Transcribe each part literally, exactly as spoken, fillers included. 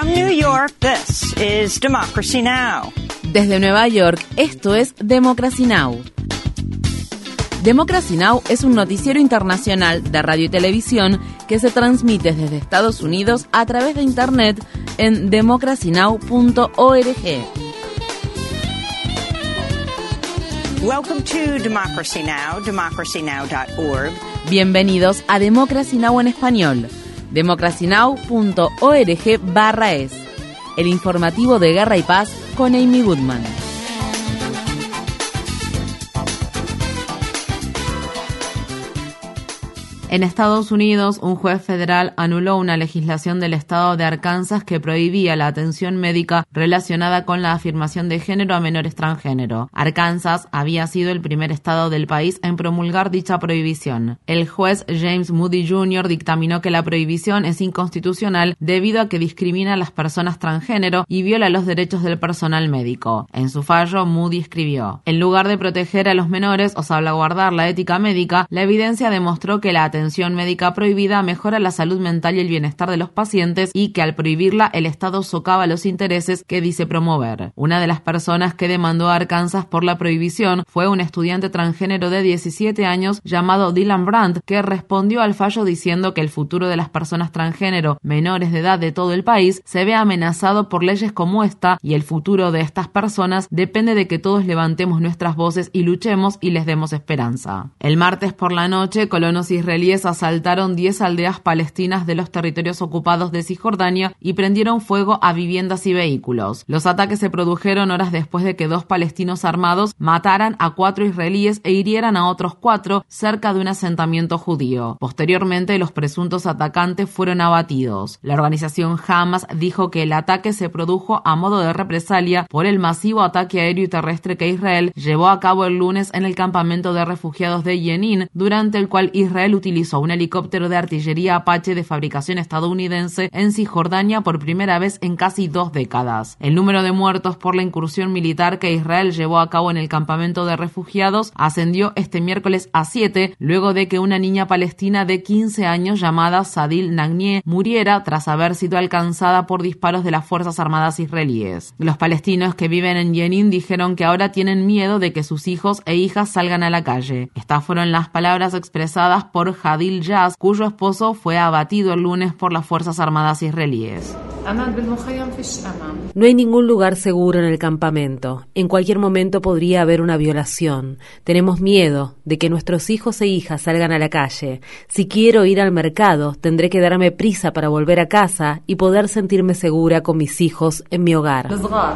From New York, this is Democracy Now! Desde Nueva York, esto es Democracy Now! Democracy Now! Es un noticiero internacional de radio y televisión que se transmite desde Estados Unidos a través de Internet en democracy now punto org. Welcome to Democracy Now!, democracy now dot org. Bienvenidos a Democracy Now! En español, democracy now punto org barra es, el informativo de Guerra y Paz con Amy Goodman. En Estados Unidos, un juez federal anuló una legislación del estado de Arkansas que prohibía la atención médica relacionada con la afirmación de género a menores transgénero. Arkansas había sido el primer estado del país en promulgar dicha prohibición. El juez James Moody junior dictaminó que la prohibición es inconstitucional debido a que discrimina a las personas transgénero y viola los derechos del personal médico. En su fallo, Moody escribió: en lugar de proteger a los menores o salvaguardar la ética médica, la evidencia demostró que la atención atención médica prohibida mejora la salud mental y el bienestar de los pacientes y que al prohibirla el Estado socava los intereses que dice promover. Una de las personas que demandó a Arkansas por la prohibición fue un estudiante transgénero de diecisiete años llamado Dylan Brandt, que respondió al fallo diciendo que el futuro de las personas transgénero menores de edad de todo el país se ve amenazado por leyes como esta y el futuro de estas personas depende de que todos levantemos nuestras voces y luchemos y les demos esperanza. El martes por la noche, colonos israelíes asaltaron diez aldeas palestinas de los territorios ocupados de Cisjordania y prendieron fuego a viviendas y vehículos. Los ataques se produjeron horas después de que dos palestinos armados mataran a cuatro israelíes e hirieran a otros cuatro cerca de un asentamiento judío. Posteriormente, los presuntos atacantes fueron abatidos. La organización Hamas dijo que el ataque se produjo a modo de represalia por el masivo ataque aéreo y terrestre que Israel llevó a cabo el lunes en el campamento de refugiados de Jenin, durante el cual Israel utilizó utilizó un helicóptero de artillería Apache de fabricación estadounidense en Cisjordania por primera vez en casi dos décadas. El número de muertos por la incursión militar que Israel llevó a cabo en el campamento de refugiados ascendió este miércoles a siete, luego de que una niña palestina de quince años llamada Sadil Nagnieh muriera tras haber sido alcanzada por disparos de las Fuerzas Armadas israelíes. Los palestinos que viven en Jenin dijeron que ahora tienen miedo de que sus hijos e hijas salgan a la calle. Estas fueron las palabras expresadas por Hadil Jazz, cuyo esposo fue abatido el lunes por las Fuerzas Armadas israelíes. No hay ningún lugar seguro en el campamento. En cualquier momento podría haber una violación. Tenemos miedo de que nuestros hijos e hijas salgan a la calle. Si quiero ir al mercado, tendré que darme prisa para volver a casa y poder sentirme segura con mis hijos en mi hogar.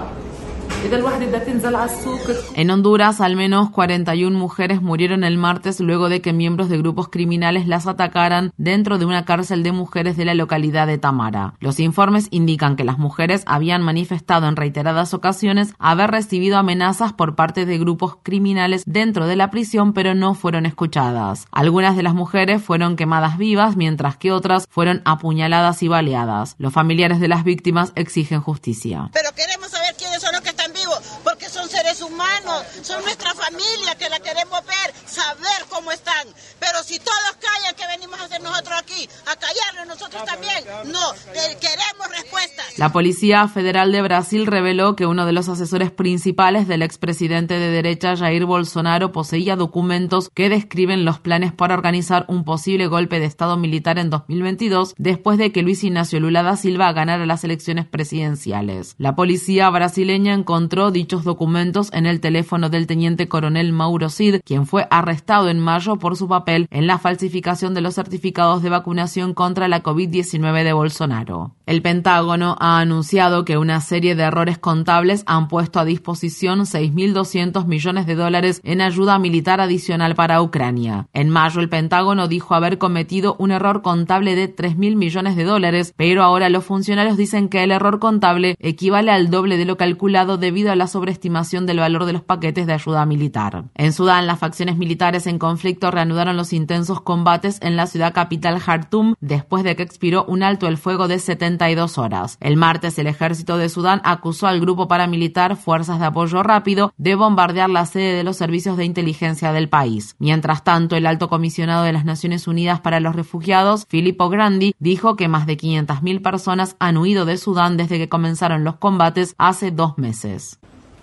En Honduras, al menos cuarenta y una mujeres murieron el martes luego de que miembros de grupos criminales las atacaran dentro de una cárcel de mujeres de la localidad de Tamara. Los informes indican que las mujeres habían manifestado en reiteradas ocasiones haber recibido amenazas por parte de grupos criminales dentro de la prisión, pero no fueron escuchadas. Algunas de las mujeres fueron quemadas vivas, mientras que otras fueron apuñaladas y baleadas. Los familiares de las víctimas exigen justicia. Pero queremos saber quiénes son los que están vivos, porque son seres humanos, son nuestra familia que la queremos ver, saber cómo están. Pero si todos callan, ¿qué venimos a hacer nosotros aquí? ¿A callarnos nosotros también? No, queremos respuestas. La Policía Federal de Brasil reveló que uno de los asesores principales del expresidente de derecha Jair Bolsonaro poseía documentos que describen los planes para organizar un posible golpe de Estado militar en dos mil veintidós, después de que Luis Ignacio Lula da Silva ganara las elecciones presidenciales. La policía brasileña encontró dichos documentos en el teléfono del teniente coronel Mauro Cid, quien fue arrestado en mayo por su papel en la falsificación de los certificados de vacunación contra la covid diecinueve de Bolsonaro. El Pentágono ha anunciado que una serie de errores contables han puesto a disposición seis mil doscientos millones de dólares en ayuda militar adicional para Ucrania. En mayo, el Pentágono dijo haber cometido un error contable de tres mil millones de dólares, pero ahora los funcionarios dicen que el error contable equivale al doble de lo calculado debido a la sobreestimación del valor de los paquetes de ayuda militar. En Sudán, las facciones militares en conflicto reanudaron los intensos combates en la ciudad capital Jartum después de que expiró un alto el fuego de setenta y dos horas. El martes, el ejército de Sudán acusó al grupo paramilitar Fuerzas de Apoyo Rápido de bombardear la sede de los servicios de inteligencia del país. Mientras tanto, el alto comisionado de las Naciones Unidas para los Refugiados, Filippo Grandi, dijo que más de quinientas mil personas han huido de Sudán desde que comenzaron los combates hace dos meses.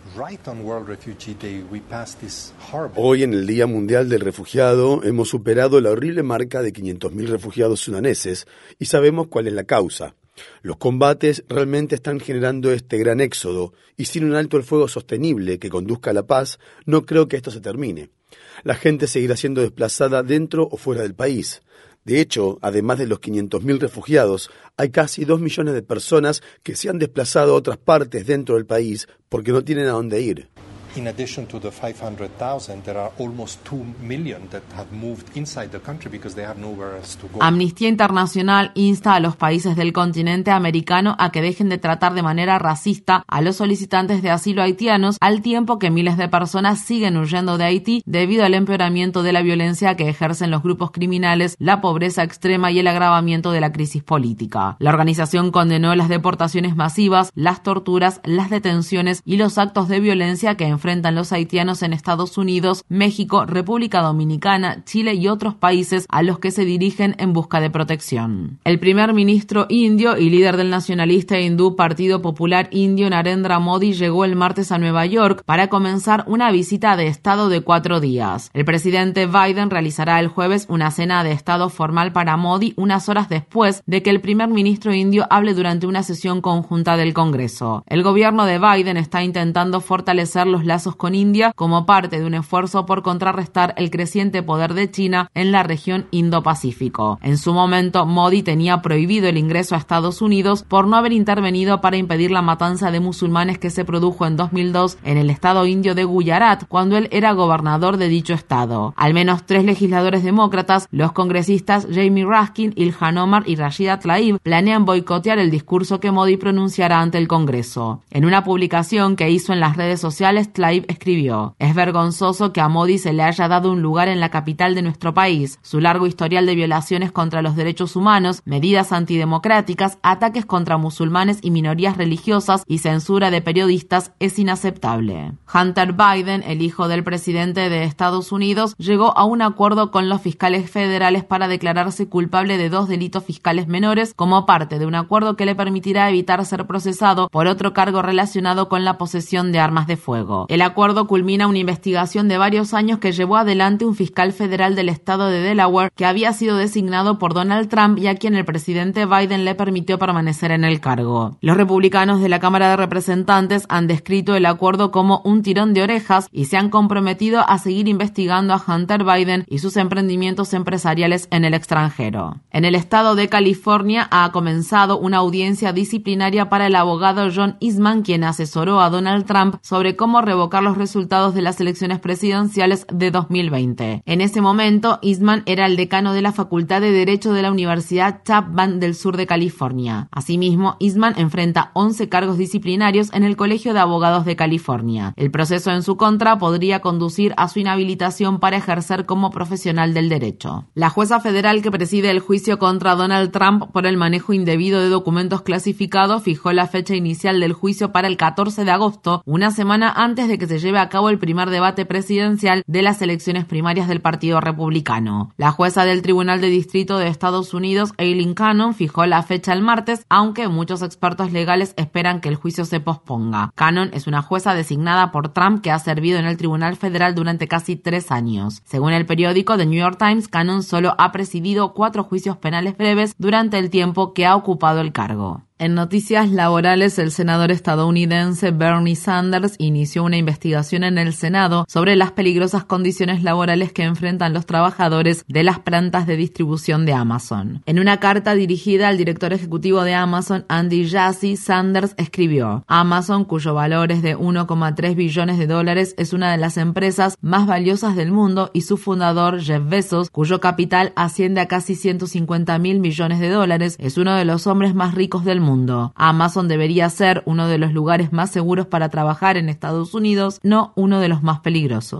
Hoy, en el Día Mundial del Refugiado, hemos superado la horrible marca de quinientos mil refugiados sudaneses y sabemos cuál es la causa. Los combates realmente están generando este gran éxodo y sin un alto el fuego sostenible que conduzca a la paz, no creo que esto se termine. La gente seguirá siendo desplazada dentro o fuera del país. De hecho, además de los quinientos mil refugiados, hay casi dos millones de personas que se han desplazado a otras partes dentro del país porque no tienen a dónde ir. In addition to the five hundred thousand, there are almost two million that have moved inside the country because they have nowhere else to go. Amnistía Internacional insta a los países del continente americano a que dejen de tratar de manera racista a los solicitantes de asilo haitianos, al tiempo que miles de personas siguen huyendo de Haití debido al empeoramiento de la violencia que ejercen los grupos criminales, la pobreza extrema y el agravamiento de la crisis política. La organización condenó las deportaciones masivas, las torturas, las detenciones y los actos de violencia que enfrentan los haitianos en Estados Unidos, México, República Dominicana, Chile y otros países a los que se dirigen en busca de protección. El primer ministro indio y líder del nacionalista hindú Partido Popular Indio, Narendra Modi, llegó el martes a Nueva York para comenzar una visita de Estado de cuatro días. El presidente Biden realizará el jueves una cena de Estado formal para Modi unas horas después de que el primer ministro indio hable durante una sesión conjunta del Congreso. El gobierno de Biden está intentando fortalecer los lazos con India como parte de un esfuerzo por contrarrestar el creciente poder de China en la región Indo-Pacífico. En su momento, Modi tenía prohibido el ingreso a Estados Unidos por no haber intervenido para impedir la matanza de musulmanes que se produjo en dos mil dos en el estado indio de Gujarat, cuando él era gobernador de dicho estado. Al menos tres legisladores demócratas, los congresistas Jamie Raskin, Ilhan Omar y Rashida Tlaib, planean boicotear el discurso que Modi pronunciará ante el Congreso. En una publicación que hizo en las redes sociales, Tlaib escribió: "Es vergonzoso que a Modi se le haya dado un lugar en la capital de nuestro país. Su largo historial de violaciones contra los derechos humanos, medidas antidemocráticas, ataques contra musulmanes y minorías religiosas y censura de periodistas es inaceptable". Hunter Biden, el hijo del presidente de Estados Unidos, llegó a un acuerdo con los fiscales federales para declararse culpable de dos delitos fiscales menores como parte de un acuerdo que le permitirá evitar ser procesado por otro cargo relacionado con la posesión de armas de fuego. El acuerdo culmina una investigación de varios años que llevó adelante un fiscal federal del estado de Delaware que había sido designado por Donald Trump y a quien el presidente Biden le permitió permanecer en el cargo. Los republicanos de la Cámara de Representantes han descrito el acuerdo como un tirón de orejas y se han comprometido a seguir investigando a Hunter Biden y sus emprendimientos empresariales en el extranjero. En el estado de California ha comenzado una audiencia disciplinaria para el abogado John Eastman, quien asesoró a Donald Trump sobre cómo revocar los resultados de las elecciones presidenciales de dos mil veinte. En ese momento, Eastman era el decano de la Facultad de Derecho de la Universidad Chapman del sur de California. Asimismo, Eastman enfrenta once cargos disciplinarios en el Colegio de Abogados de California. El proceso en su contra podría conducir a su inhabilitación para ejercer como profesional del derecho. La jueza federal que preside el juicio contra Donald Trump por el manejo indebido de documentos clasificados fijó la fecha inicial del juicio para el catorce de agosto, una semana antes de que se lleve a cabo el primer debate presidencial de las elecciones primarias del Partido Republicano. La jueza del Tribunal de Distrito de Estados Unidos, Aileen Cannon, fijó la fecha el martes, aunque muchos expertos legales esperan que el juicio se posponga. Cannon es una jueza designada por Trump que ha servido en el Tribunal Federal durante casi tres años. Según el periódico The New York Times, Cannon solo ha presidido cuatro juicios penales breves durante el tiempo que ha ocupado el cargo. En noticias laborales, el senador estadounidense Bernie Sanders inició una investigación en el Senado sobre las peligrosas condiciones laborales que enfrentan los trabajadores de las plantas de distribución de Amazon. En una carta dirigida al director ejecutivo de Amazon, Andy Jassy, Sanders escribió: Amazon, cuyo valor es de uno coma tres billones de dólares, es una de las empresas más valiosas del mundo, y su fundador, Jeff Bezos, cuyo capital asciende a casi ciento cincuenta mil millones de dólares, es uno de los hombres más ricos del mundo. Mundo. Amazon debería ser uno de los lugares más seguros para trabajar en Estados Unidos, no uno de los más peligrosos.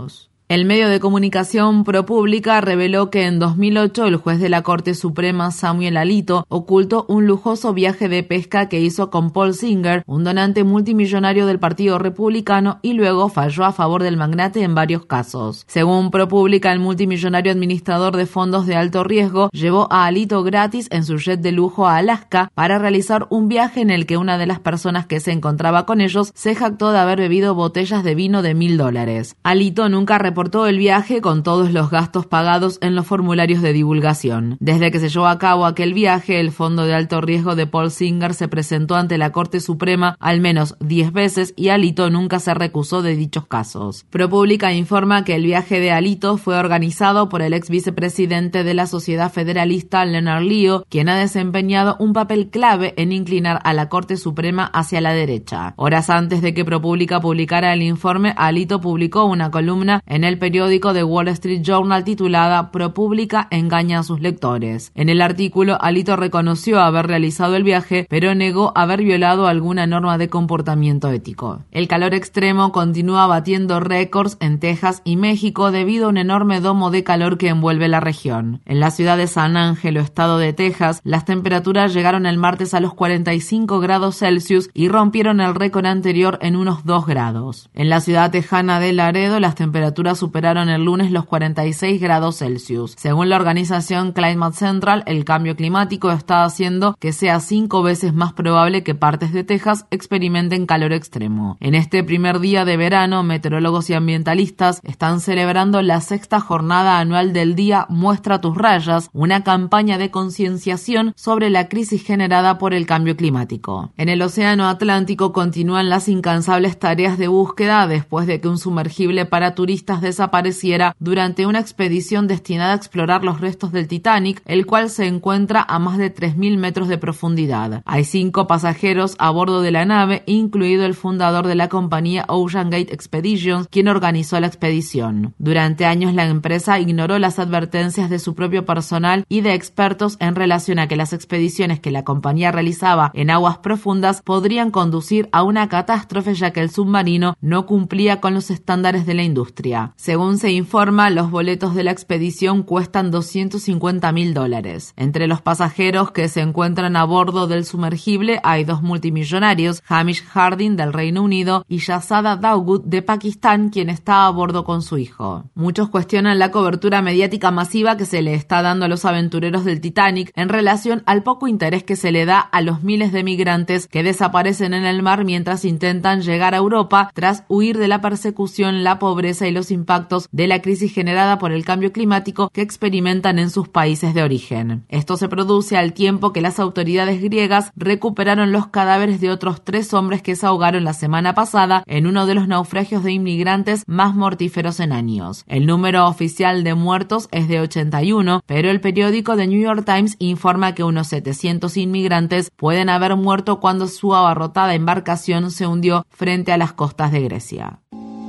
El medio de comunicación ProPublica reveló que en dos mil ocho el juez de la Corte Suprema Samuel Alito ocultó un lujoso viaje de pesca que hizo con Paul Singer, un donante multimillonario del Partido Republicano, y luego falló a favor del magnate en varios casos. Según ProPublica, el multimillonario administrador de fondos de alto riesgo llevó a Alito gratis en su jet de lujo a Alaska para realizar un viaje en el que una de las personas que se encontraba con ellos se jactó de haber bebido botellas de vino de mil dólares. Alito nunca reportó el viaje con todos los gastos pagados en los formularios de divulgación. Desde que se llevó a cabo aquel viaje, el fondo de alto riesgo de Paul Singer se presentó ante la Corte Suprema al menos diez veces y Alito nunca se recusó de dichos casos. ProPublica informa que el viaje de Alito fue organizado por el ex vicepresidente de la Sociedad Federalista, Leonard Leo, quien ha desempeñado un papel clave en inclinar a la Corte Suprema hacia la derecha. Horas antes de que ProPublica publicara el informe, Alito publicó una columna en el periódico The Wall Street Journal titulada "ProPublica engaña a sus lectores". En el artículo, Alito reconoció haber realizado el viaje, pero negó haber violado alguna norma de comportamiento ético. El calor extremo continúa batiendo récords en Texas y México debido a un enorme domo de calor que envuelve la región. En la ciudad de San Ángelo, estado de Texas, las temperaturas llegaron el martes a los cuarenta y cinco grados Celsius y rompieron el récord anterior en unos dos grados. En la ciudad tejana de Laredo, las temperaturas superaron el lunes los cuarenta y seis grados Celsius. Según la organización Climate Central, el cambio climático está haciendo que sea cinco veces más probable que partes de Texas experimenten calor extremo. En este primer día de verano, meteorólogos y ambientalistas están celebrando la sexta jornada anual del día Muestra tus rayas, una campaña de concienciación sobre la crisis generada por el cambio climático. En el Océano Atlántico continúan las incansables tareas de búsqueda después de que un sumergible para turistas desapareciera durante una expedición destinada a explorar los restos del Titanic, el cual se encuentra a más de tres mil metros de profundidad. Hay cinco pasajeros a bordo de la nave, incluido el fundador de la compañía Ocean Gate Expeditions, quien organizó la expedición. Durante años la empresa ignoró las advertencias de su propio personal y de expertos en relación a que las expediciones que la compañía realizaba en aguas profundas podrían conducir a una catástrofe, ya que el submarino no cumplía con los estándares de la industria. Según se informa, los boletos de la expedición cuestan doscientos cincuenta mil dólares. Entre los pasajeros que se encuentran a bordo del sumergible hay dos multimillonarios, Hamish Harding del Reino Unido y Shahzada Dawood de Pakistán, quien está a bordo con su hijo. Muchos cuestionan la cobertura mediática masiva que se le está dando a los aventureros del Titanic en relación al poco interés que se le da a los miles de migrantes que desaparecen en el mar mientras intentan llegar a Europa tras huir de la persecución, la pobreza y los impactos de la crisis generada por el cambio climático que experimentan en sus países de origen. Esto se produce al tiempo que las autoridades griegas recuperaron los cadáveres de otros tres hombres que se ahogaron la semana pasada en uno de los naufragios de inmigrantes más mortíferos en años. El número oficial de muertos es de ochenta y uno, pero el periódico The New York Times informa que unos setecientos inmigrantes pueden haber muerto cuando su abarrotada embarcación se hundió frente a las costas de Grecia.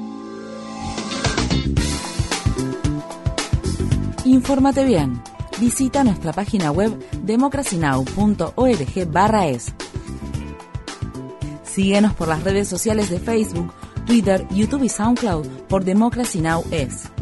Infórmate bien. Visita nuestra página web democracy now punto org barra es. Síguenos por las redes sociales de Facebook, Twitter, YouTube y SoundCloud por Democracy Now! Es.